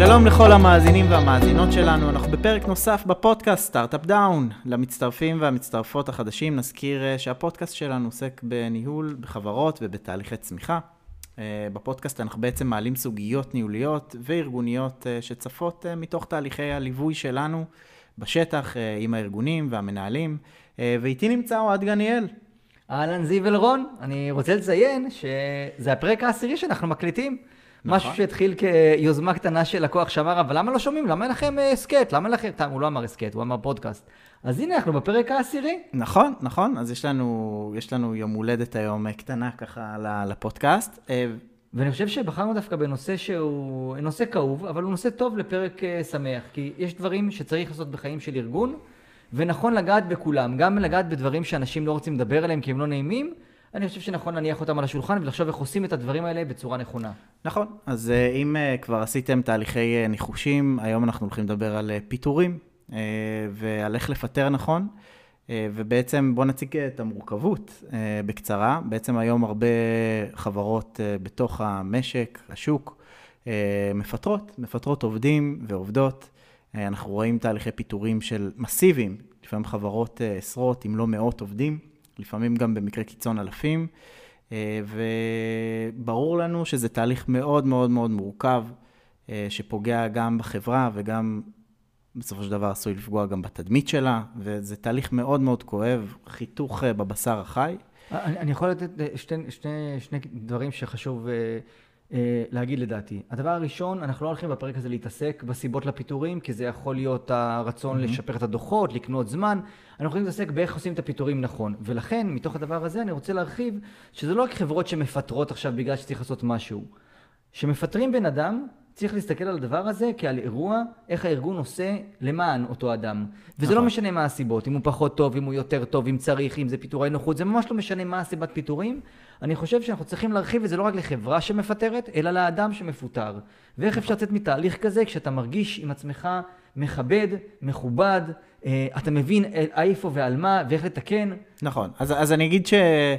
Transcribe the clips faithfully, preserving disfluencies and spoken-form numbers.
שלום לכל המאזינים והמאזינות שלנו, אנחנו בפרק נוסף בפודקאסט סטארט-אפ דאון. למצטרפים והמצטרפות החדשים נזכיר שהפודקאסט שלנו עוסק בניהול, בחברות ובתהליכי צמיחה. בפודקאסט אנחנו בעצם מעלים סוגיות ניהוליות וארגוניות שצפות מתוך תהליכי הליווי שלנו בשטח עם הארגונים והמנהלים. ואיתי נמצא אוהד גניאל. אהלן זיו אלרון, אני רוצה לציין שזה הפרק העשירי שאנחנו מקליטים. נכון. משהו שהתחיל כיוזמה קטנה של לקוח שאמר, אבל למה לא שומעים? למה אין לכם סקט? למה לכם? טוב, הוא לא אמר סקט, הוא אמר פודקאסט. אז הנה, אנחנו בפרק העשירי. נכון, נכון. אז יש לנו, יש לנו יום הולדת היום קטנה ככה לפודקאסט. ואני חושב שבחרנו דווקא בנושא שהוא נושא כאוב, אבל הוא נושא טוב לפרק שמח, כי יש דברים שצריך לעשות בחיים של ארגון, ונכון לגעת בכולם, גם לגעת בדברים שאנשים לא רוצים לדבר עליהם כי הם לא נעימים. אני חושב שנכון להניח אותם על השולחן ולחשוב איך עושים את הדברים האלה בצורה נכונה. נכון. אז אם כבר עשיתם תהליכי ניחושים, היום אנחנו הולכים לדבר על פיטורים ועל איך לפטר נכון, ובעצם בוא נציג את המורכבות בקצרה. בעצם היום הרבה חברות בתוך המשק, השוק, מפטרות, מפטרות עובדים ועובדות. אנחנו רואים תהליכי פיטורים של מסיביים, לפעמים חברות עשרות אם לא מאות עובדים. לפעמים גם במקרה קיצון אלפים, וברור לנו שזה תהליך מאוד מאוד מאוד מורכב, שפוגע גם בחברה וגם בסופו של דבר עשוי לפגוע גם בתדמית שלה, וזה תהליך מאוד מאוד כואב, חיתוך בבשר החי. אני, אני יכול לתת שני, שני, שני דברים שחשוב להגיד לדעתי. הדבר הראשון, אנחנו לא הולכים בפרק הזה להתעסק בסיבות לפיטורים, כי זה יכול להיות הרצון mm-hmm. לשפר את הדוחות, לקנות זמן. אנחנו יכולים להתעסק באיך עושים את הפיטורים נכון. ולכן, מתוך הדבר הזה, אני רוצה להרחיב שזה לא רק חברות שמפטרות עכשיו בגלל שצריך לעשות משהו. שמפטרים בן אדם, צריך להסתכל על הדבר הזה כעל אירוע, איך הארגון עושה למען אותו אדם. וזה נכון. לא משנה מה הסיבות, אם הוא פחות טוב, אם הוא יותר טוב, אם צריך, אם זה פיטורי נוחות, זה ממש לא משנה מה הסיבת פיטורים. אני חושב שאנחנו צריכים להרחיב את זה לא רק לחברה שמפטרת, אלא לאדם שמפוטר. ואיך נכון. אפשר לצאת מתהליך כזה, כשאתה מרגיש עם עצמך מכבד, מכובד, אתה מבין איפה ועל מה, ואיך לתקן. נכון, אז, אז אני אגיד ש...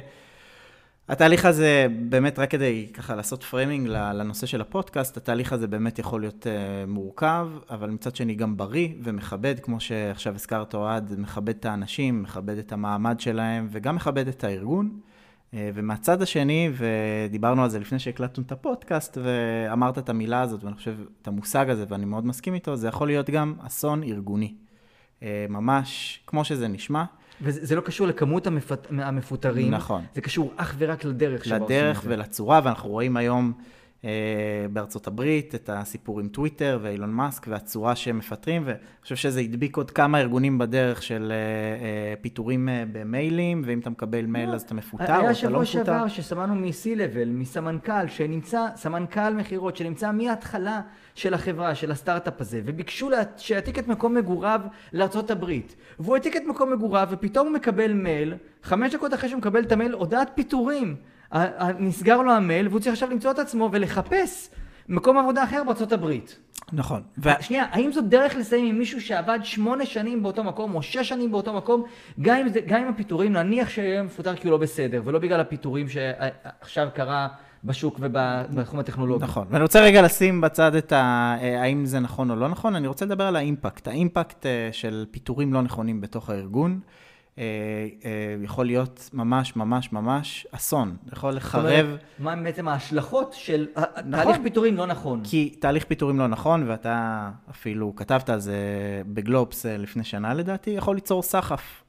התהליך הזה באמת רק כדי ככה לעשות פריימינג לנושא של הפודקאסט, התהליך הזה באמת יכול להיות מורכב, אבל מצד שני גם בריא ומכבד, כמו שעכשיו הזכרת אוהד, מכבד את האנשים, מכבד את המעמד שלהם, וגם מכבד את הארגון. ומהצד השני, ודיברנו על זה לפני שהקלטנו את הפודקאסט, ואמרת את המילה הזאת, ואני חושב את המושג הזה, ואני מאוד מסכים איתו, זה יכול להיות גם אסון ארגוני. ממש כמו שזה נשמע. וזה לא קשור לכמות המפט... המפוטרים. נכון. זה קשור אך ורק לדרך שבה עושים לדרך ולצורה, ואנחנו רואים היום אה, בארצות הברית את הסיפור עם טוויטר ואילון מאסק והצורה שהם מפטרים, ואני חושב שזה הדביק עוד כמה ארגונים בדרך של אה, אה, פיטורים אה, במיילים, ואם אתה מקבל מייל אז אתה מפוטר או אתה לא מפוטר. היה שבוע שעבר ששמענו מ-C-Level, מסמנכ"ל שנמצא, סמנכ"ל מחירות שנמצא מההתחלה של החברה, של הסטארט-אפ הזה, וביקשו שיעתיק את מקום מגוריו לארצות הברית. והוא העתיק את מקום מגוריו, ופתאום הוא מקבל מייל, חמש דקות אחרי שהוא מקבל את המייל, הודעת פיטורים. נסגר לו המייל, והוא צריך עכשיו למצוא את עצמו ולחפש מקום עבודה אחר בארצות הברית. נכון. ו... שנייה, האם זאת דרך לסיים עם מישהו שעבד שמונה שנים באותו מקום, או שש שנים באותו מקום, גם עם, זה, גם עם הפיטורים, נניח שיהיה מפוטר כי הוא לא בסדר, ולא בגלל הפיטורים שעכשיו קרה בשוק ובתחום הטכנולוגי. נכון, ואני רוצה רגע לשים בצד את ה... האם זה נכון או לא נכון, אני רוצה לדבר על האימפקט. האימפקט של פיטורים לא נכונים בתוך הארגון, יכול להיות ממש ממש ממש אסון, יכול לחרב... מה בעצם ההשלכות של תהליך פיטורים לא נכון? כי תהליך פיטורים לא נכון, ואתה אפילו כתבת על זה בגלובס לפני שנה לדעתי, יכול ליצור סחף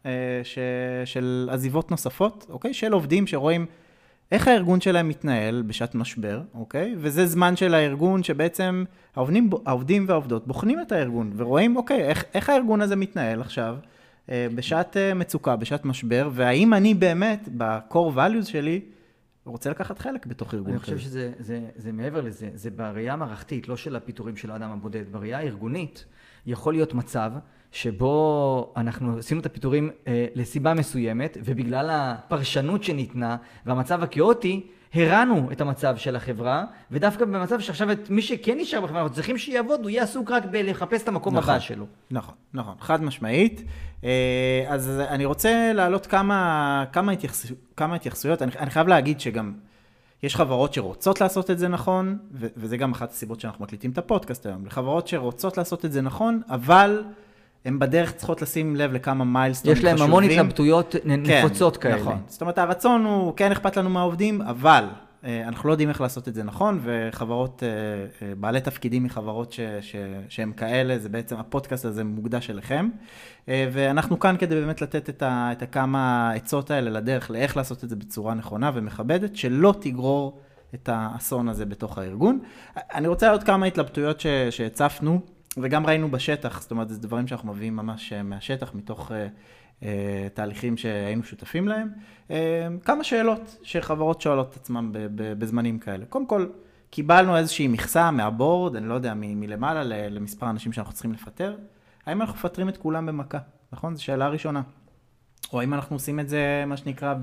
של עזיבות נוספות, אוקיי? של עובדים שרואים איך הארגון שלהם מתנהל בשעת משבר, אוקיי? וזה זמן של הארגון שבעצם העובדים, העובדים והעובדות בוחנים את הארגון, ורואים, אוקיי, איך, איך הארגון הזה מתנהל עכשיו, בשעת מצוקה, בשעת משבר, והאם אני באמת, ב-core values שלי, רוצה לקחת חלק בתוך ארגון. אני חושב שזה זה, זה מעבר לזה, זה בראייה המערכתית, לא של הפיטורים של האדם הבודד, בראייה הארגונית, יכול להיות מצב שבו אנחנו עשינו את הפיטורים אה, לסיבה מסוימת, ובגלל הפרשנות שניתנה, והמצב הכאוטי, הראנו את המצב של החברה, ודווקא במצב שעכשיו את מי שכן נשאר בחברה, אנחנו צריכים שיעבוד, הוא יהיה עסוק רק בלחפש את המקום נכון, הבא שלו. נכון, נכון, חד משמעית. אז אני רוצה להעלות כמה, כמה, התייחסו, כמה התייחסויות. אני, אני חייב להגיד שגם יש חברות שרוצות לעשות את זה נכון, ו- וזה גם אחת הסיבות שאנחנו מקליטים את הפודקאסט היום, לחברות שרוצות לעשות את זה נכון, אבל הן בדרך צריכות לשים לב לכמה מיילסטונים חשובים. יש להם המון התלבטויות נפוצות כן, כאלה. נכון. זאת אומרת, הרצון הוא כן אכפת לנו מהעובדים, אבל אנחנו לא יודעים איך לעשות את זה נכון, וחברות, בעלי תפקידים מחברות ש- ש- שהם כאלה, זה בעצם, הפודקאסט הזה מוקדש אליכם, ואנחנו כאן כדי באמת לתת את, ה- את הכמה עצות האלה לדרך, לאיך לעשות את זה בצורה נכונה ומכבדת, שלא תגרור את האסון הזה בתוך הארגון. אני רוצה עוד כמה התלבטויות ש- שהצפנו, וגם ראינו בשטח, זאת אומרת, זה דברים שאנחנו מביאים ממש מהשטח, מתוך תהליכים שהיינו שותפים להם. כמה שאלות שחברות שואלות עצמם בזמנים כאלה. קודם כל, קיבלנו איזושהי מכסה מהבורד, אני לא יודע, מלמעלה למספר אנשים שאנחנו צריכים לפטר. האם אנחנו מפטרים את כולם במכה? נכון? זו שאלה ראשונה. או האם אנחנו עושים את זה, מה שנקרא,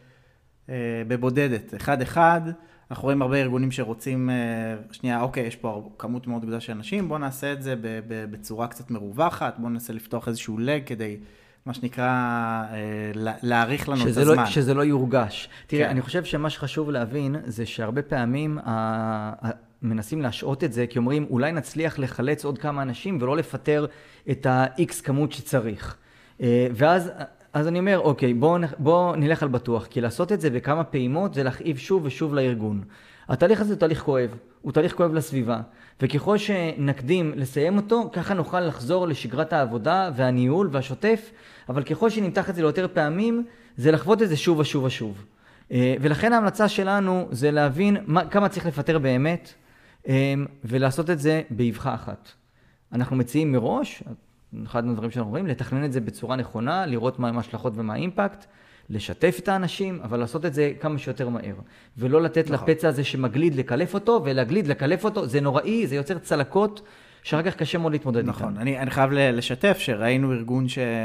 בבודדת, אחד-אחד. אנחנו רואים הרבה ארגונים שרוצים, שנייה, אוקיי, יש פה כמות מאוד גדולה של אנשים, בואו נעשה את זה בצורה קצת מרווחת, בואו ננסה לפתוח איזשהו לג כדי, מה שנקרא, להאריך לנו את הזמן. לא, שזה לא יורגש. תראה, כן. אני חושב שמה שחשוב להבין זה שהרבה פעמים ה... מנסים להשעות את זה, כי אומרים, אולי נצליח לחלץ עוד כמה אנשים ולא לפטר את ה-X כמות שצריך. ואז... אז אני אומר, אוקיי, בוא, בוא נלך על בטוח, כי לעשות את זה בכמה פעימות זה להכאיב שוב ושוב לארגון. התהליך הזה הוא תהליך כואב, הוא תהליך כואב לסביבה, וככל שנקדים לסיים אותו, ככה נוכל לחזור לשגרת העבודה והניהול והשוטף, אבל ככל שנמתח את זה ליותר פעמים, זה לחוות את זה שוב ושוב ושוב. ולכן ההמלצה שלנו זה להבין מה, כמה צריך לפטר באמת, ולעשות את זה באבחה אחת. אנחנו מציעים מראש, אחד מהדברים שאנחנו רואים, לתכנן את זה בצורה נכונה, לראות מה ההשלכות ומה האימפקט, לשתף את האנשים, אבל לעשות את זה כמה שיותר מהר. ולא לתת נכון. לפצע הזה שמגליד לקלף אותו, ולהגליד לקלף אותו, זה נוראי, זה יוצר צלקות, שאחר כך קשה מאוד להתמודד נכון. איתם. אני, אני חייב לשתף שראינו ארגון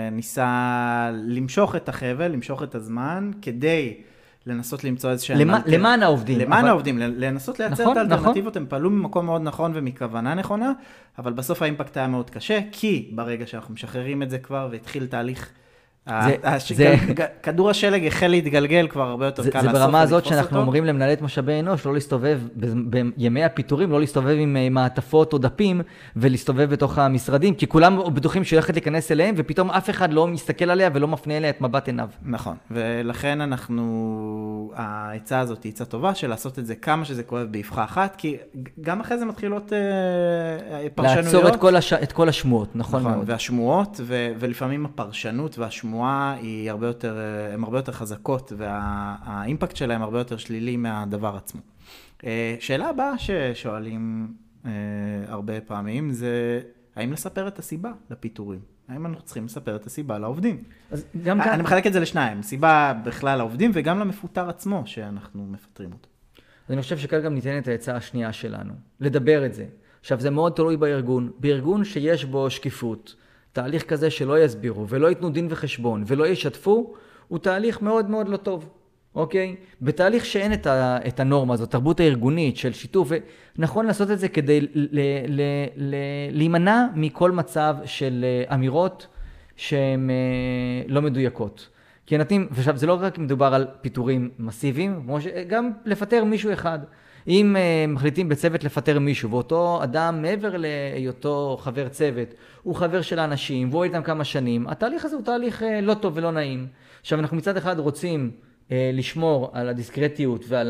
שניסה למשוך את החבל, למשוך את הזמן, כדי לנסות למצוא איזושהי... למע, למען העובדים. למען אבל... העובדים, לנסות לייצר נכון, את האלטרנטיבות, נכון. הם פעלו ממקום מאוד נכון ומכוונה נכונה, אבל בסוף האימפקט היה מאוד קשה, כי ברגע שאנחנו משחררים את זה כבר, והתחיל תהליך... זה, הש... זה... כדור השלג החל להתגלגל כבר הרבה יותר זה, קל זה לאסוף ברמה הזאת ולתפוס שאנחנו אותו. אומרים למנהלת משאבי אנוש, לא להסתובב בימי הפיטורים, לא להסתובב עם מעטפות או דפים, ולהסתובב בתוך המשרדים, כי כולם בטוחים שהולכת להיכנס אליהם, ופתאום אף אחד לא מסתכל עליה ולא מפנה אליה את מבט עיניו. נכון, ולכן אנחנו, ההצעה הזאת היא הצעה טובה, של לעשות את זה כמה שזה כואב באבחה אחת, כי גם אחרי זה מתחילות אה, פרשנויות. לעצור את כל, הש... את כל השמועות, נכון, נכון מאוד. והשמועות, ו... ולפעמים הפרשנות והשמועה, היא הרבה יותר, הן הרבה יותר חזקות, והאימפקט שלהם הרבה יותר שלילי מהדבר עצמו. שאלה הבאה ששואלים הרבה פעמים זה, האם לספר את הסיבה לפיטורים? האם אנחנו צריכים לספר את הסיבה לעובדים? אז גם כאן... אני מחלק את זה לשניים, סיבה בכלל לעובדים וגם למפוטר עצמו שאנחנו מפטרים אותו. אז אני חושב שכאן גם ניתן את ההצעה השנייה שלנו, לדבר את זה. עכשיו זה מאוד תלוי בארגון, בארגון שיש בו שקיפות, תהליך כזה שלא יסבירו ולא ייתנו דין וחשבון ולא ישתפו, הוא תהליך מאוד מאוד לא טוב, אוקיי? בתהליך שאין את, ה, את הנורמה הזאת, תרבות הארגונית של שיתוף, ונכון לעשות את זה כדי ל, ל, ל, להימנע מכל מצב של אמירות שהן לא מדויקות. כי נתנים, ועכשיו זה לא רק מדובר על פיטורים מסיביים, גם לפטר מישהו אחד. אם uh, מחליטים בצוות לפטר מישהו, ואותו אדם מעבר להיותו חבר צוות, הוא חבר של האנשים, והוא איתם כמה שנים, התהליך הזה הוא תהליך uh, לא טוב ולא נעים. עכשיו אנחנו מצד אחד רוצים uh, לשמור על הדיסקרטיות ועל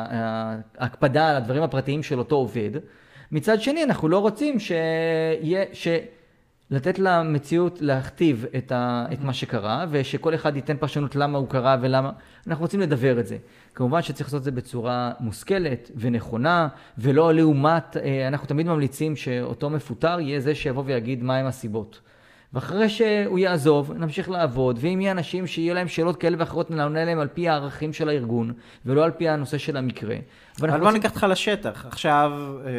ההקפדה על הדברים הפרטיים של אותו עובד, מצד שני אנחנו לא רוצים שיהיה, ש... לתת למציאות להכתיב את, ה, את מה שקרה, ושכל אחד ייתן פרשנות למה הוא קרה ולמה, אנחנו רוצים לדבר את זה. כמובן שצריך לעשות את זה בצורה מושכלת ונכונה, ולא לעומת, אנחנו תמיד ממליצים שאותו מפוטר יהיה זה שיבוא ויגיד מהם הסיבות. ואחרי שהוא יעזוב, נמשיך לעבוד, ואם יהיה אנשים שיהיה להם שאלות כאלה ואחרות, נענה להם על פי הערכים של הארגון, ולא על פי הנושא של המקרה. אבל בוא רוצים... ניקח אותך לשטח. עכשיו...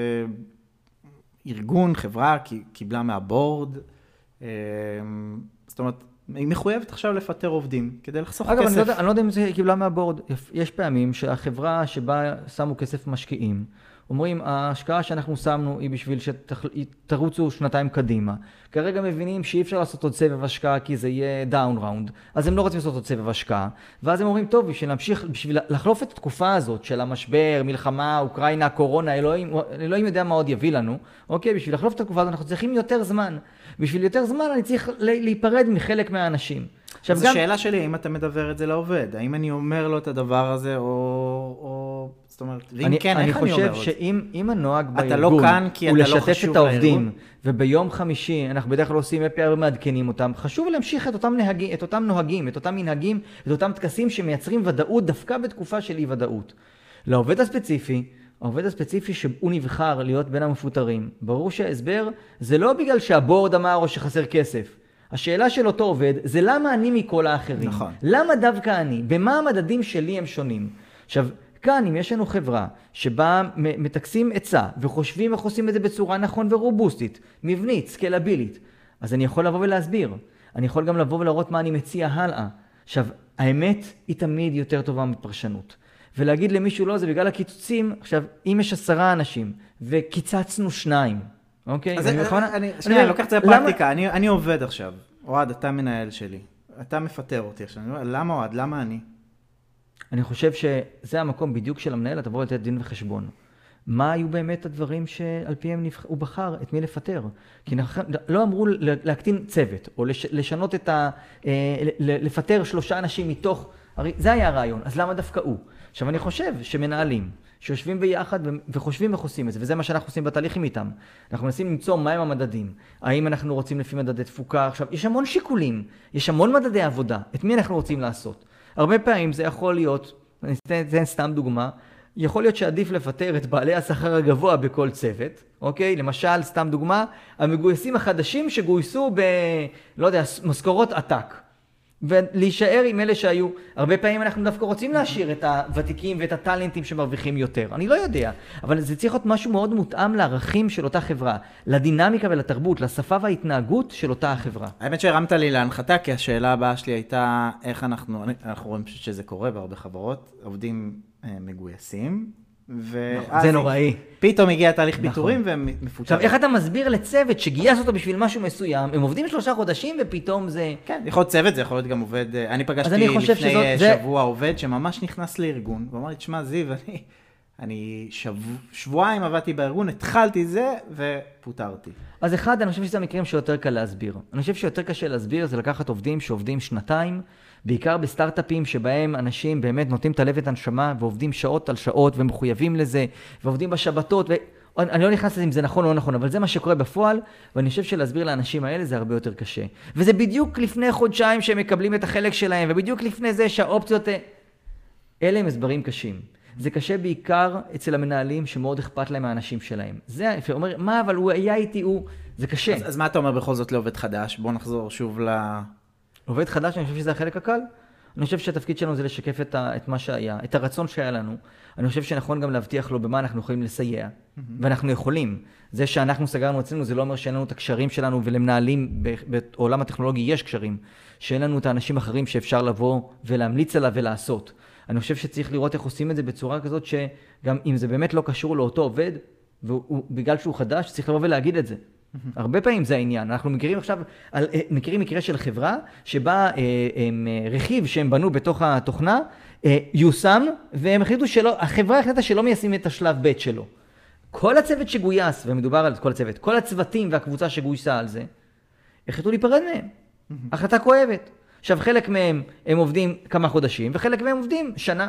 ארגון, חברה, קיבלה מהבורד, זאת אומרת, היא מחויבת עכשיו לפטר עובדים, כדי לחסוך אגב, כסף. אגב, אני, לא אני לא יודע אם זה קיבלה מהבורד. יש פעמים שהחברה שבה שמו כסף משקיעים, אומרים, ההשקעה שאנחנו שמנו היא בשביל שתרוצו שנתיים קדימה. כרגע מבינים שאי אפשר לעשות עוד סבב השקעה כי זה יהיה דאון ראונד, אז הם לא רוצים לעשות עוד סבב השקעה, ואז הם אומרים, טוב, בשביל להמשיך, בשביל לחלוף את התקופה הזאת של המשבר, מלחמה, אוקראינה, קורונה, אלוהים, אלוהים יודע מה עוד יביא לנו, אוקיי, בשביל לחלוף את התקופה הזאת אנחנו צריכים יותר זמן. בשביל יותר זמן אני צריך להיפרד מחלק מהאנשים. אז גם... השאלה שלי, האם אתה מדבר את זה לעובד? האם אני אומר לו את הדבר הזה, או... או... זאת אומרת, ואם אני, כן, אני איך אני אומר את זה? אני חושב שאם הנוהג אתה בארגון, לא כאן כי אתה לא חשוב את העובדים, לארגון? וביום חמישי, אנחנו בדרך כלל עושים אפי אר ומעדכנים אותם, חשוב להמשיך את אותם, נהגים, את אותם נוהגים, את אותם מנהגים, את אותם תקסים שמייצרים ודאות דווקא בתקופה של אי ודאות. לעובד הספציפי, העובד הספציפי שהוא נבחר להיות בין המפוטרים, ברור שההסבר זה לא בגלל שהבורד אמר או שחסר כסף. השאלה של אותו עובד זה למה אני מכל האחרים. נכון. למה דווקא אני? במה המדדים שלי הם שונים? עכשיו, כאן אם יש לנו חברה שבה מתקסים עצה וחושבים איך עושים את זה בצורה נכון ורובוסטית, מבנית, סקלבילית, אז אני יכול לבוא ולהסביר. אני יכול גם לבוא ולראות מה אני מציע הלאה. עכשיו, האמת היא תמיד יותר טובה מפרשנות. ולהגיד למישהו לא, זה בגלל הקיצוצים. עכשיו, אם יש עשרה אנשים וקיצצנו שניים, אוקיי? אז אני, אני, אני, שנייה, אני לוקח את זה לפרקטיקה. אני, אני עובד עכשיו. אוהד, אתה מנהל שלי. אתה מפטר אותי עכשיו. למה אוהד? למה אני? אני חושב שזה המקום בדיוק של המנהל, אתה תבוא לתת דין וחשבון. מה היו באמת הדברים שעל פיהם הוא בחר את מי לפטר? כי לא אמרו להקטין צוות, או לשנות את ה... לפטר שלושה אנשים מתוך... הרי זה היה הרעיון, אז למה דווקא הוא? עכשיו אני חושב שמנהלים, שיושבים ביחד וחושבים איך עושים את זה, וזה מה שאנחנו עושים בתהליכים איתם. אנחנו מנסים למצוא מהם המדדים. האם אנחנו רוצים לפי מדדי תפוקה? עכשיו, יש המון שיקולים, יש המון מדדי עבודה. את מי אנחנו רוצים לעשות? הרבה פעמים זה יכול להיות, אני אתן סתם דוגמה, יכול להיות שעדיף לפטר את בעלי השכר הגבוה בכל צוות, אוקיי? למשל, סתם דוגמה, המגויסים החדשים שגויסו ב, לא יודע, משכורות עתק. ולהישאר עם אלה שהיו, הרבה פעמים אנחנו דווקא רוצים להשאיר את הוותיקים ואת הטלנטים שמרוויחים יותר. אני לא יודע, אבל זה צריך להיות משהו מאוד מותאם לערכים של אותה חברה, לדינמיקה ולתרבות, לשפה וההתנהגות של אותה החברה. האמת שהרמת לי להנחתה, כי השאלה הבאה שלי הייתה איך אנחנו, אנחנו רואים שזה קורה בהרבה חברות, עובדים מגויסים, זה נוראי. פתאום הגיע תהליך פיטורים והם מפוטרים. עכשיו, איך אתה מסביר לצוות שגייס אותו בשביל משהו מסוים, הם עובדים שלושה חודשים ופתאום זה... כן, יכול להיות צוות, זה יכול להיות גם עובד... אני פגשתי לפני שבוע עובד שממש נכנס לארגון, ואמר לי, תשמע, זיו, אני שבועיים עבדתי בארגון, התחלתי זה ופוטרתי. אז אחד, אני חושב שזה המקרים שיותר קל להסביר. אני חושב שיותר קשה להסביר זה לקחת עובדים שעובדים שנתיים, בעיקר בסטארט-אפים שבהם אנשים באמת נותנים את הלב את הנשמה ועובדים שעות על שעות ומחויבים לזה ועובדים בשבתות ואני לא נכנס לזה אם זה נכון או לא נכון, אבל זה מה שקורה בפועל ואני חושב שלהסביר לאנשים האלה זה הרבה יותר קשה. וזה בדיוק לפני חודשיים שהם מקבלים את החלק שלהם ובדיוק לפני זה שהאופציות אלה הם הסברים קשים. זה קשה בעיקר אצל המנהלים שמאוד אכפת להם מהאנשים שלהם. זה אומר, מה אבל הוא היה איתי, הוא... זה קשה. אז, אז מה אתה אומר בכל זאת לעובד חדש? בוא נחזור שוב ל... עובד חדש, אני חושב שזה החלק הקל. אני חושב שהתפקיד שלנו זה לשקף את, ה, את מה שהיה, את הרצון שהיה לנו. אני חושב שנכון גם להבטיח לו במה אנחנו יכולים לסייע. Mm-hmm. ואנחנו יכולים. זה שאנחנו סגרנו אצלנו, זה לא אומר שאין לנו את הקשרים שלנו, ולמנהלים בעולם הטכנולוגי יש קשרים. שאין לנו את האנשים אחרים שאפשר לבוא ולהמליץ עליו ולעשות. אני חושב שצריך לראות איך עושים את זה בצורה כזאת, שגם אם זה באמת לא קשור לאותו עובד, ובגלל שהוא חדש, צריך לבוא ולהגיד את זה. הרבה פעמים זה העניין. אנחנו מכירים עכשיו, מכירים מקרה של חברה, שבה הם, רכיב שהם בנו בתוך התוכנה, יושם, והם החליטו שלא, החברה החליטה שלא מיישמים את השלב ב' שלו. כל הצוות שגויס, ומדובר על כל הצוות, כל הצוותים והקבוצה שגויסה על זה, החליטו להיפרד מהם. החלטה כואבת. עכשיו, חלק מהם הם עובדים כמה חודשים, וחלק מהם עובדים שנה.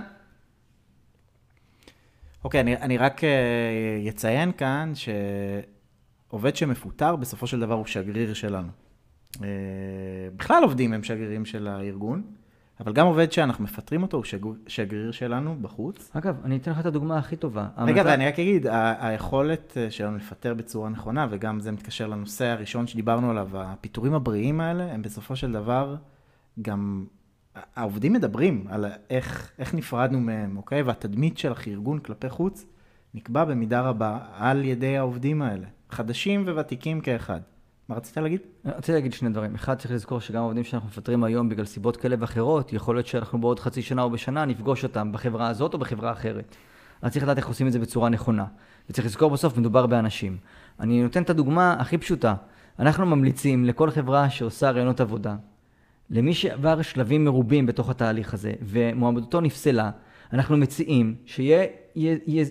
אוקיי, אני, אני רק יציין כאן שעובד שמפוטר בסופו של דבר הוא שגריר שלנו. בכלל עובדים הם שגרירים של הארגון, אבל גם עובד שאנחנו מפטרים אותו הוא שגריר שלנו בחוץ. אגב, אני אתן לך את הדוגמה הכי טובה. רגע, ואני רק אגיד, היכולת שלנו לפטר בצורה נכונה, וגם זה מתקשר לנושא הראשון שדיברנו עליו, הפיטורים הבריאים האלה, הם בסופו של דבר גם העובדים מדברים על איך, איך נפרדנו מהם, אוקיי? והתדמית של הארגון כלפי חוץ נקבע במידה רבה על ידי העובדים האלה, חדשים וותיקים כאחד. מה רצית להגיד? רציתי להגיד שני דברים. אחד, צריך לזכור שגם העובדים שאנחנו מפטרים היום בגלל סיבות כאלה ואחרות, יכול להיות שאנחנו בעוד חצי שנה או בשנה נפגוש אותם בחברה הזאת או בחברה אחרת. אז צריך לדעת איך עושים את זה בצורה נכונה. וצריך לזכור בסוף, מדובר באנשים. אני נותן את הדוגמה הכי פשוטה. אנחנו ממליצים לכל חברה שעושה רעיונות עבודה, למי שעבר שלבים מרובים בתוך התהליך הזה, ומועמדותו נפסלה, אנחנו מציעים שיהיה, יהיה, יהיה,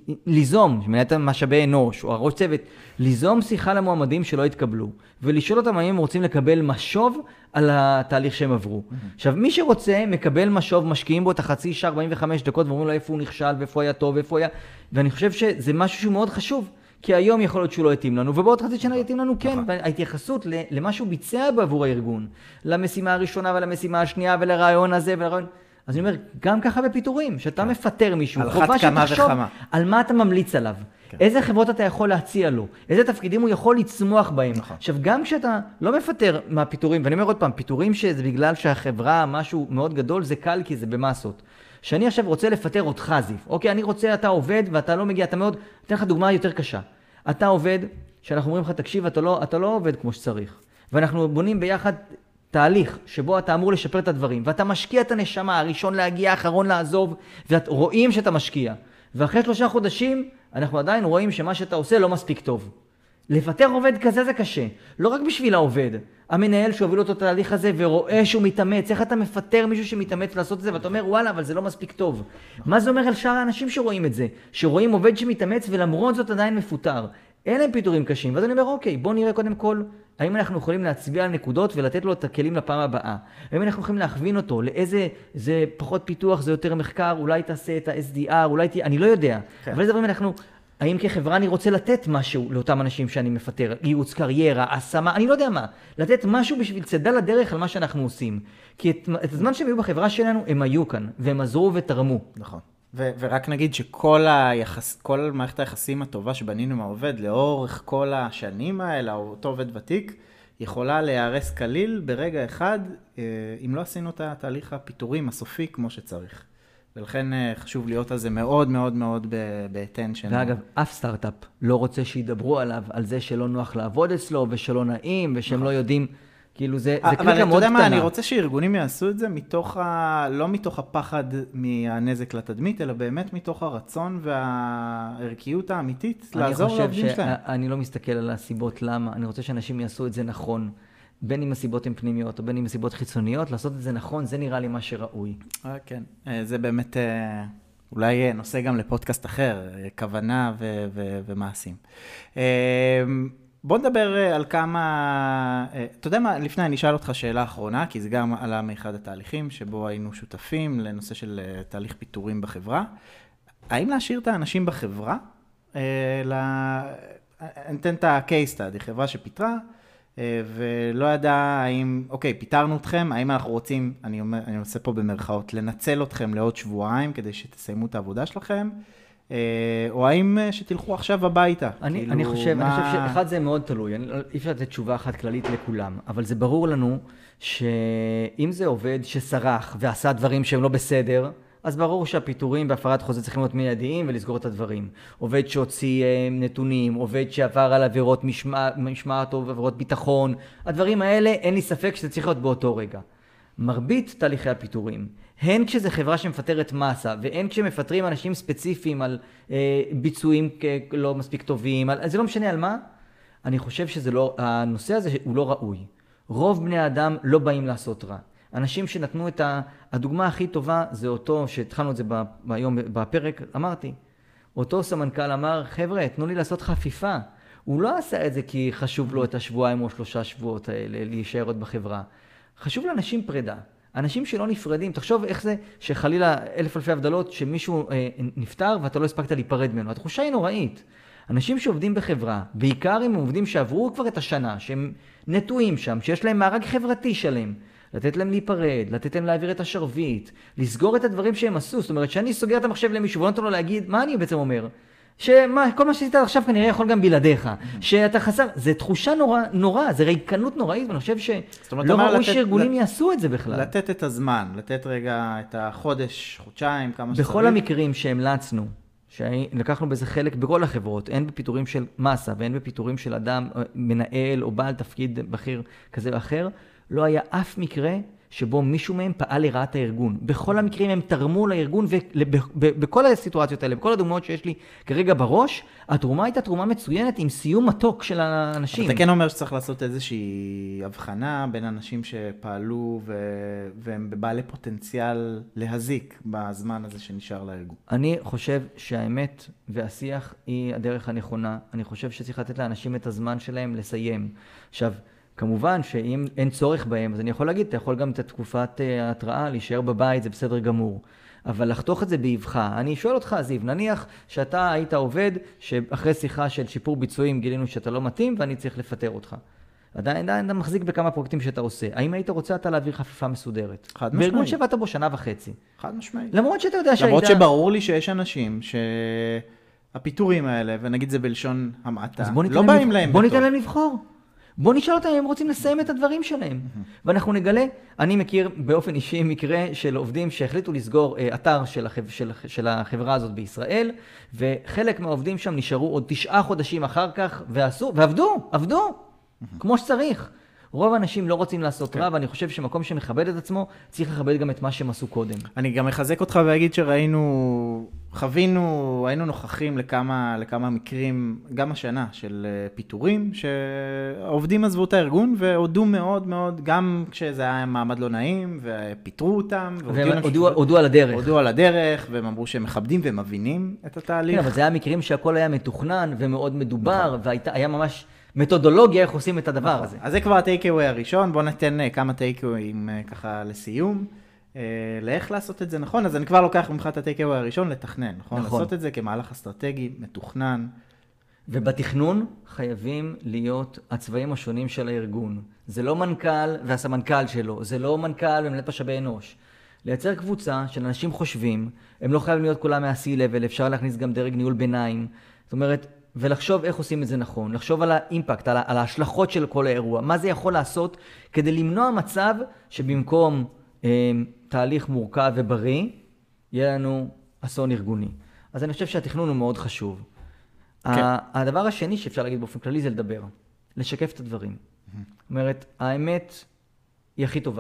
ליזום, שמנהלת משאבי אנוש, או הראש צוות, ליזום שיחה למועמדים שלא התקבלו, ולשאול אותם האם הם רוצים לקבל משוב על התהליך שהם עברו. Mm-hmm. עכשיו, מי שרוצה מקבל משוב, משקיעים בו את החצי שעה, ארבעים וחמש דקות, ואומרים לו איפה הוא נכשל, ואיפה היה טוב, ואיפה היה, ואני חושב שזה משהו שהוא מאוד חשוב. כי היום יכול להיות שהוא לא יתאים לנו, ובעוד חצי שנה יתאים לנו כן. וההתייחסות למה שהוא ביצע בעבור הארגון, למשימה הראשונה ולמשימה השנייה ולרעיון הזה ולרעיון... אז אני אומר, גם ככה בפיטורים, שאתה מפטר מישהו, חובה שתחשוב על מה אתה ממליץ עליו, איזה חברות אתה יכול להציע לו, איזה תפקידים הוא יכול לצמוח בהם. עכשיו, גם כשאתה לא מפטר מהפיטורים, ואני אומר עוד פעם, פיטורים שזה בגלל שהחברה משהו מאוד גדול, זה קל כי זה במסות. שאני עכשיו רוצה לפטר אותך זיו, אוקיי, אני רוצה, אתה עובד ואתה לא מגיע, אתה מאוד, אתן לך דוגמה יותר קשה. אתה עובד, שאנחנו אומרים לך, תקשיב, אתה לא, אתה לא עובד כמו שצריך. ואנחנו בונים ביחד תהליך שבו אתה אמור לשפר את הדברים, ואתה משקיע את הנשמה, הראשון להגיע, האחרון לעזוב, ורואים שאתה משקיע. ואחרי שלושה חודשים, אנחנו עדיין רואים שמה שאתה עושה לא מספיק טוב. לפטר עובד כזה זה קשה. לא רק בשביל העובד. המנהל שהוביל אותו את התהליך הזה ורואה שהוא מתאמץ. איך אתה מפטר מישהו שמתאמץ לעשות את זה, ואתה אומר, וואלה, אבל זה לא מספיק טוב. מה זה אומר על שאר האנשים שרואים את זה? שרואים עובד שמתאמץ ולמרות זאת עדיין מפוטר. אין להם פיטורים קשים. ואז אני אומר, אוקיי, בוא נראה קודם כל, האם אנחנו יכולים להצביע על נקודות ולתת לו את הכלים לפעם הבאה? האם אנחנו יכולים להכווין אותו לאיזה, זה פחות פיתוח, זה יותר מחקר, אולי תעשה את ה-אס די אר, אולי תה... אני לא יודע. כן. אבל איזה דברים אנחנו, האם כחברה אני רוצה לתת משהו לאותם אנשים שאני מפטר, ייעוץ קריירה, השמה, אני לא יודע מה. לתת משהו בשביל צדה לדרך על מה שאנחנו עושים. כי את, את הזמן שהם היו בחברה שלנו, הם היו כאן, והם עזרו ותרמו. נכון. ו- ורק נגיד שכל היחס, כל מערכת היחסים הטובה שבנינו עם העובד לאורך כל השנים האלה, או אותו עובד ותיק, יכולה להיהרס כליל ברגע אחד, אם לא עשינו את התהליך הפיטורים הסופי כמו שצריך. ולכן חשוב להיות על זה מאוד מאוד מאוד בהתן. ואגב, אף סטארט-אפ לא רוצה שידברו עליו, על זה שלא נוח לעבוד אצלו, ושלא נעים, ושהם לא יודעים... כאילו זה, זה קליקה מאוד קטנה. אבל אתה יודע מה, אני רוצה שארגונים יעשו את זה מתוך ה... לא מתוך הפחד מהנזק לתדמית, אלא באמת מתוך הרצון והערכיות האמיתית לעזור לעובדים שלהם. אני לא מסתכל על הסיבות למה, אני רוצה שאנשים יעשו את זה נכון, בין אם הסיבות הן פנימיות או בין אם הסיבות חיצוניות, לעשות את זה נכון, זה נראה לי מה שראוי. כן, זה באמת אולי נושא גם לפודקאסט אחר, כוונה ו- ו- ומעשים. בוא נדבר על כמה, אתה יודע מה, לפני אני אשאל אותך שאלה אחרונה, כי זה גם עלה מאחד התהליכים שבו היינו שותפים לנושא של תהליך פיטורים בחברה. האם להשאיר את האנשים בחברה? נתן את ה-case study, חברה שפיטרה, ולא ידע האם, אוקיי, פיטרנו אתכם, האם אנחנו רוצים, אני, אומר, אני עושה פה במרכאות, לנצל אתכם לעוד שבועיים כדי שתסיימו את העבודה שלכם, או האם שתלכו עכשיו הביתה? אני, כאילו, אני, חושב, מה... אני חושב שאחד זה מאוד תלוי, אני, אי אפשר לתת תשובה אחת כללית לכולם, אבל זה ברור לנו שאם זה עובד שסרח ועשה דברים שהם לא בסדר, אז ברור שהפיטורים בהפרת חוזה צריכים להיות מיידיים ולסגור את הדברים. עובד שהוציא נתונים, עובד שעבר על עבירות משמעת, משמעת או עבירות ביטחון, הדברים האלה אין לי ספק שזה צריך להיות באותו רגע. מרבית תהליכי הפיטורים, הן כשזה חברה שמפטרת מסה, והן כשמפטרים אנשים ספציפיים על אה, ביצועים לא מספיק טובים, על, זה לא משנה על מה, אני חושב שזה לא, הנושא הזה הוא לא ראוי. רוב בני האדם לא באים לעשות רע. אנשים שנתנו את ה... הדוגמה הכי טובה זה אותו, שהתחלנו את זה ב... היום בפרק, אמרתי, אותו סמנכ"ל אמר, חבר'ה, תנו לי לעשות חפיפה. הוא לא עשה את זה כי חשוב לו את השבועיים או שלושה שבועות האלה, להישאר עוד בחברה. חשוב לאנשים פרידה. אנשים שלא נפרדים, תחשוב איך זה שחלילה אלף אלפי הבדלות, שמישהו אה, נפטר ואתה לא הספקת להיפרד ממנו. התחושה היא נוראית. אנשים שעובדים בחברה, בעיקר הם עובדים שעברו כבר את השנה, שהם נטועים שם, שיש להם מארג חברתי שלהם, לתת להם להיפרד, לתת להם להעביר את השרביט, לסגור את הדברים שהם עשו. זאת אומרת, שאני סוגר את המחשב למישהו ולא נותן לו להגיד, מה אני בעצם אומר? שכל מה שעשית עכשיו כנראה יכול גם בלעדיך, שאתה חסר, זה תחושה נורא, נורא, זה ריקנות נוראית, ואני חושב שלא ראוי שארגונים יעשו את זה בכלל. לתת את הזמן, לתת רגע את החודש, חודשיים, כמה שצריך. בכל המקרים שהמלצנו, שלקחנו בזה חלק בכל החברות, אין בפיטורים של מסה ואין בפיטורים של אדם, מנהל או בעל תפקיד בכיר כזה ואחר, לא היה אף מקרה שבו מישהו מהם פעל לרעת הארגון. בכל המקרים הם תרמו לארגון, ובכל הסיטואציות האלה, בכל הדוגמאות שיש לי כרגע בראש, התרומה הייתה תרומה מצוינת עם סיום מתוק של האנשים. אתה כן אומר שצריך לעשות איזושהי הבחנה בין אנשים שפעלו ו... והם בבעלי פוטנציאל להזיק בזמן הזה שנשאר לארגון. אני חושב שהאמת והשיח היא הדרך הנכונה. אני חושב שצריך לתת לאנשים את הזמן שלהם לסיים. עכשיו, כמובן שאם אין צורך בהם, אז אני יכול להגיד, אתה יכול גם את תקופת ההתראה, להישאר בבית, זה בסדר גמור. אבל לחתוך את זה באבחה. אני שואל אותך, זיו, נניח שאתה היית עובד, שאחרי שיחה של שיפור ביצועים גילינו שאתה לא מתאים, ואני צריך לפטר אותך. עדיין, עדיין אתה מחזיק בכמה פרויקטים שאתה עושה. האם היית רוצה אתה להעביר חפיפה מסודרת? חד משמעית. בארגון שבאת בו שנה וחצי. חד משמעית. למרות שאתה יודע שהיית... למרות שברור לי שיש אנשים שהפיטורים האלה, ונגיד זה בלשון המעטה, לא באים להם בוא ניתן להם לבחור. בוא נשאל אותם אם הם רוצים לסיים את הדברים שלהם. ואנחנו נגלה, אני מכיר באופן אישי מקרה של עובדים שהחליטו לסגור אתר של, החב, של, של החברה הזאת בישראל, וחלק מהעובדים שם נשארו עוד תשעה חודשים אחר כך, ועשו, ועבדו, עבדו, כמו שצריך. רוב האנשים לא רוצים לעשות רע, ואני חושב שמקום שמכבד את עצמו, צריך לכבד גם את מה שהם עשו קודם. אני גם מחזק אותך ואגיד שראינו, חווינו, היינו נוכחים לכמה, לכמה מקרים, גם השנה, של פיטורים, שהעובדים עזבו את הארגון, והודו מאוד מאוד, גם כשזה היה מעמד לא נעים, ופיטרו אותם. והם הודו על הדרך. הודו על הדרך, והם אמרו שהם מכבדים ומבינים את התהליך. כן, אבל זה היה מקרים שהכל היה מתוכנן ומאוד מדובר, והיה ממש... מתודולוגיה, איך עושים את הדבר הזה. אז זה כבר הטייקווי הראשון, בואו ניתן כמה טייקוויים ככה לסיום, לאיך לעשות את זה נכון, אז אני כבר לוקח ממך את הטייקווי הראשון לתכנן, נכון? נכון. לעשות את זה כמהלך אסטרטגי, מתוכנן. ובתכנון חייבים להיות הצבעים השונים של הארגון. זה לא מנכ"ל והסמנכ"ל שלו, זה לא מנכ"ל ומנהלת משאבי אנוש. לייצר קבוצה של אנשים חושבים, הם לא חייבים להיות כולם מה-C-Level, אפשר להכניס גם דרג ניהול ביניים, זאת אומרת, ולחשוב איך עושים את זה נכון, לחשוב על האימפקט, על, על ההשלכות של כל האירוע, מה זה יכול לעשות כדי למנוע מצב שבמקום אה, תהליך מורכב ובריא, יהיה לנו אסון ארגוני. אז אני חושב שהתכנון הוא מאוד חשוב. כן. הדבר השני שאפשר להגיד באופן כללי זה לדבר, לשקף את הדברים. זאת אומרת, האמת היא הכי טובה.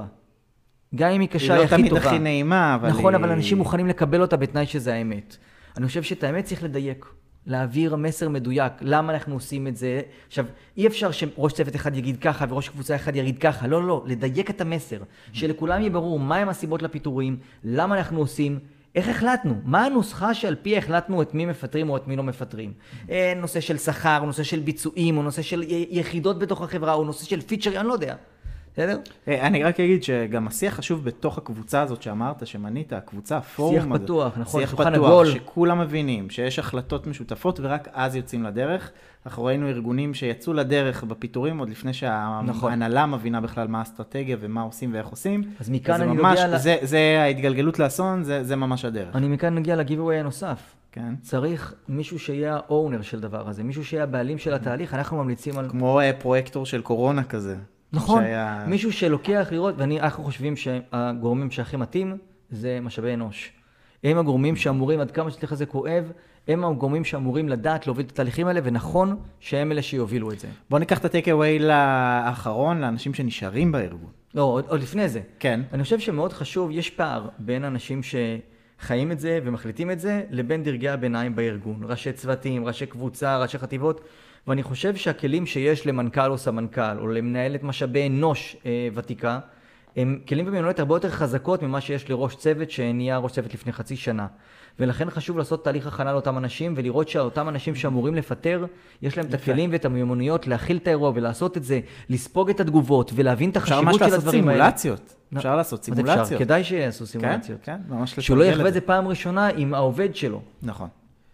גם אם היא קשה, היא הכי טובה. היא לא תמיד הכי נעימה, אבל נכון, היא... אבל אנשים מוכנים לקבל אותה בתנאי שזה האמת. אני חושב שאת האמת צריך לדייק. להעביר מסר מדויק, למה אנחנו עושים את זה. עכשיו, אי אפשר שראש צוות אחד יגיד ככה וראש קבוצה אחד יגיד ככה, לא, לא, לדייק את המסר, שלכולם יהיה ברור מהם הסיבות לפיטורים, למה אנחנו עושים, איך החלטנו, מה הנוסחה שעל פי החלטנו את מי מפטרים או את מי לא מפטרים. נושא של שכר, נושא של ביצועים, או נושא של יחידות בתוך החברה, או נושא של פיצ'ר, אני לא יודע. בסדר? אני רק אגיד שגם השיח חשוב בתוך הקבוצה הזאת שאמרת, שמנית, הקבוצה, הפורום הזה. שיח פתוח, נכון, שולחן עגול. שכולם מבינים שיש החלטות משותפות ורק אז יוצאים לדרך. אנחנו ראינו ארגונים שיצאו לדרך בפיטורים עוד לפני שההנהלה מבינה בכלל מה האסטרטגיה ומה עושים ואיך עושים. אז מכאן אני נגיע... זה, זה ההתגלגלות לאסון, זה, זה ממש הדרך. אני מכאן נגיע לגיבווי הנוסף. כן. צריך מישהו שיהיה האונר של דבר הזה, מישהו שיהיה הבעלים של התהליך, אנחנו ממליצים על... כמו פרויקטור של קורונה כזה. נכון, שהיה... מישהו שלוקח לראות, ואנחנו חושבים שהגורמים שהכי מתאים זה משאבי אנוש. הם הגורמים שאמורים, עד כמה שתלך הזה כואב, הם הגורמים שאמורים לדעת להוביל את התהליכים האלה, ונכון שהם אלה שיובילו את זה. בוא ניקח את הטייק-אווי לאחרון, לאנשים שנשארים בארגון. לא, עוד, עוד לפני זה. כן. אני חושב שמאוד חשוב, יש פער בין אנשים שחיים את זה ומחליטים את זה, לבין דרגי הביניים בארגון. ראשי צוותים, ראשי קבוצה, ראשי חטיבות. ואני חושב שהכלים שיש למנכ"ל או סמנכ"ל, או למנהלת משאבי אנוש אה, ותיקה, הם כלים ומיומנויות הרבה יותר חזקות ממה שיש לראש צוות שנהיה ראש צוות לפני חצי שנה. ולכן חשוב לעשות תהליך הכנה לאותם אנשים, ולראות שאותם אנשים שאמורים לפטר, יש להם את הכלים ואת המיומנויות להכיל את האירוע ולעשות את זה, לספוג את התגובות ולהבין את החשיבות של הדברים האלה. אפשר לעשות סימולציות. אפשר לעשות סימולציות. אפשר, כדאי שיעשו סימולציות. כן, כן, ממש שהוא לא יחווה את זה פעם ראשונה עם העובד שלו. נכון.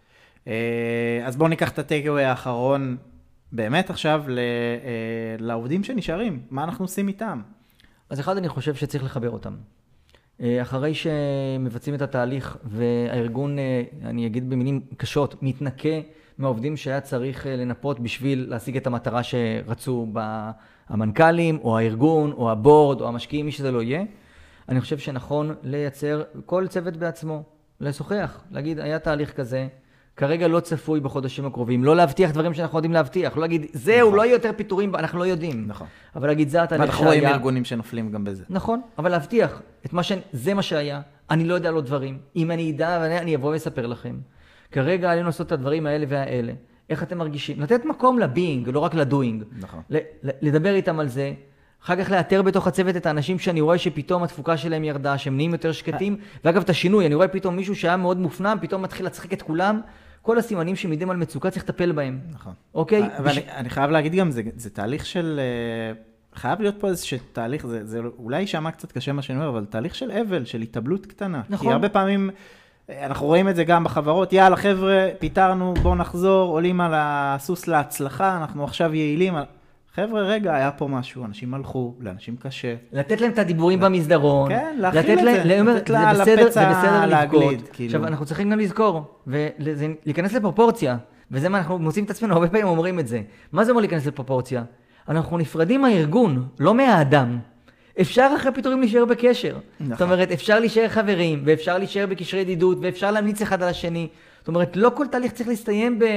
אז בואו ניקח את הטייק-אווי האחרון באמת עכשיו לעובדים שנשארים. מה אנחנו עושים איתם? אז אחד, אני חושב שצריך לחבר אותם. אחרי שמבצעים את התהליך והארגון, אני אגיד במילים קשות, מתנקה מהעובדים שהיה צריך לנפות בשביל להשיג את המטרה שרצו המנכ"לים או הארגון או הבורד או המשקיעים, מי שזה לא יהיה. אני חושב שנכון לייצר כל צוות בעצמו, לשוחח, להגיד, היה תהליך כזה, כרגע לא צפוי בחודשים הקרובים, לא להבטיח דברים שאנחנו יודעים להבטיח, לא להגיד, זהו, נכון. לא יהיה יותר פיטורים, אנחנו לא יודעים. נכון. אבל להגיד, זה התהליך ואנחנו רואים ארגונים שנופלים גם בזה. נכון, אבל להבטיח את מה ש... זה מה שהיה, אני לא יודע על עוד דברים. אם אני אדע, אני אבוא ואספר לכם. כרגע עלינו לעשות את הדברים האלה והאלה. איך אתם מרגישים? לתת מקום לביינג, לא רק לדוינג. נכון. לדבר איתם על זה. אחר כך לאתר בתוך הצוות את האנשים שאני רואה שפתאום התפוקה שלהם ירדה, שהם נהיים יותר שקטים. ואגב, את השינוי, אני רואה פתאום מישהו שהיה מאוד מופנם, פתאום מתחיל להצחיק את כולם. כל הסימנים שמעידים על מצוקה צריך לטפל בהם. נכון. אוקיי? אבל אני, אני חייב להגיד גם, זה, זה תהליך של... חייב להיות פה איזשהו תהליך, זה, זה אולי יישמע קצת קשה מה שאני אומר, אבל תהליך של אבל, של התאבלות קטנה. נכון. כי הרבה פעמים, אנחנו רואים את זה גם בחברות, יאללה חבר'ה, פיתרנו, בואו נחזור, עולים על הסוס להצלחה, אנחנו עכשיו יעילים. חבר'ה, רגע, היה פה משהו, אנשים הלכו, לאנשים קשה. לתת להם את הדיבורים במסדרון. כן, להכיל את זה, לתת לפצע להגליד. עכשיו, אנחנו צריכים גם לזכור, ולהיכנס לפרופורציה, וזה מה אנחנו מוצאים את עצמנו, הרבה פעמים אומרים את זה. מה זה אומר להיכנס לפרופורציה? אנחנו נפרדים מהארגון, לא מהאדם. אפשר אחרי פיטורים להישאר בקשר. נכון. זאת אומרת, אפשר להישאר חברים, ואפשר להישאר בקשרי ידידות, ואפשר להמליץ אחד על השני. זאת אומרת, לא כל תהליך צריך להסתיים ב...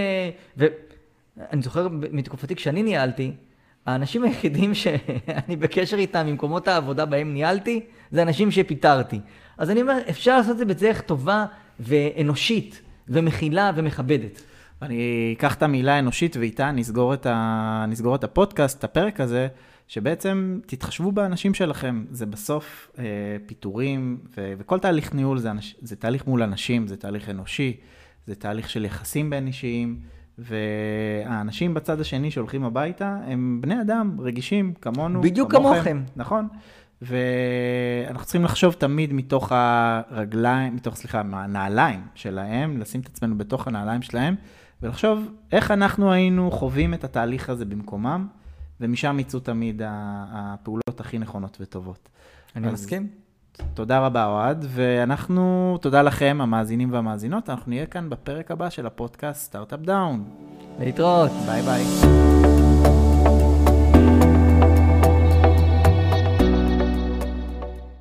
ואני זוכר מתקופתי כשאני ניהלתי, האנשים היחידים שאני בקשר איתם, ממקומות העבודה בהם ניהלתי, זה אנשים שפיטרתי. אז אני אומר, אפשר לעשות את זה בדרך טובה ואנושית, ומכילה ומכבדת. אני אקח את המילה האנושית ואיתה נסגור את, ה... נסגור את הפודקאסט, את הפרק הזה, שבעצם תתחשבו באנשים שלכם. זה בסוף אה, פיטורים, ו... וכל תהליך ניהול זה, אנש... זה תהליך מול אנשים, זה תהליך אנושי, זה תהליך של יחסים בין אישיים, והאנשים בצד השני שהולכים הביתה, הם בני אדם רגישים כמונו. בדיוק כמוכם. נכון. ואנחנו צריכים לחשוב תמיד מתוך הרגליים, מתוך, סליחה, מהנעליים שלהם, לשים את עצמנו בתוך הנעליים שלהם, ולחשוב איך אנחנו היינו חווים את התהליך הזה במקומם, ומשם יצאו תמיד הפעולות הכי נכונות וטובות. אני מסכים. תודה רבה, אוהד, ואנחנו, תודה לכם, המאזינים והמאזינות, אנחנו נהיה כאן בפרק הבא של הפודקאסט סטארט-אפ דאון. להתראות. ביי ביי.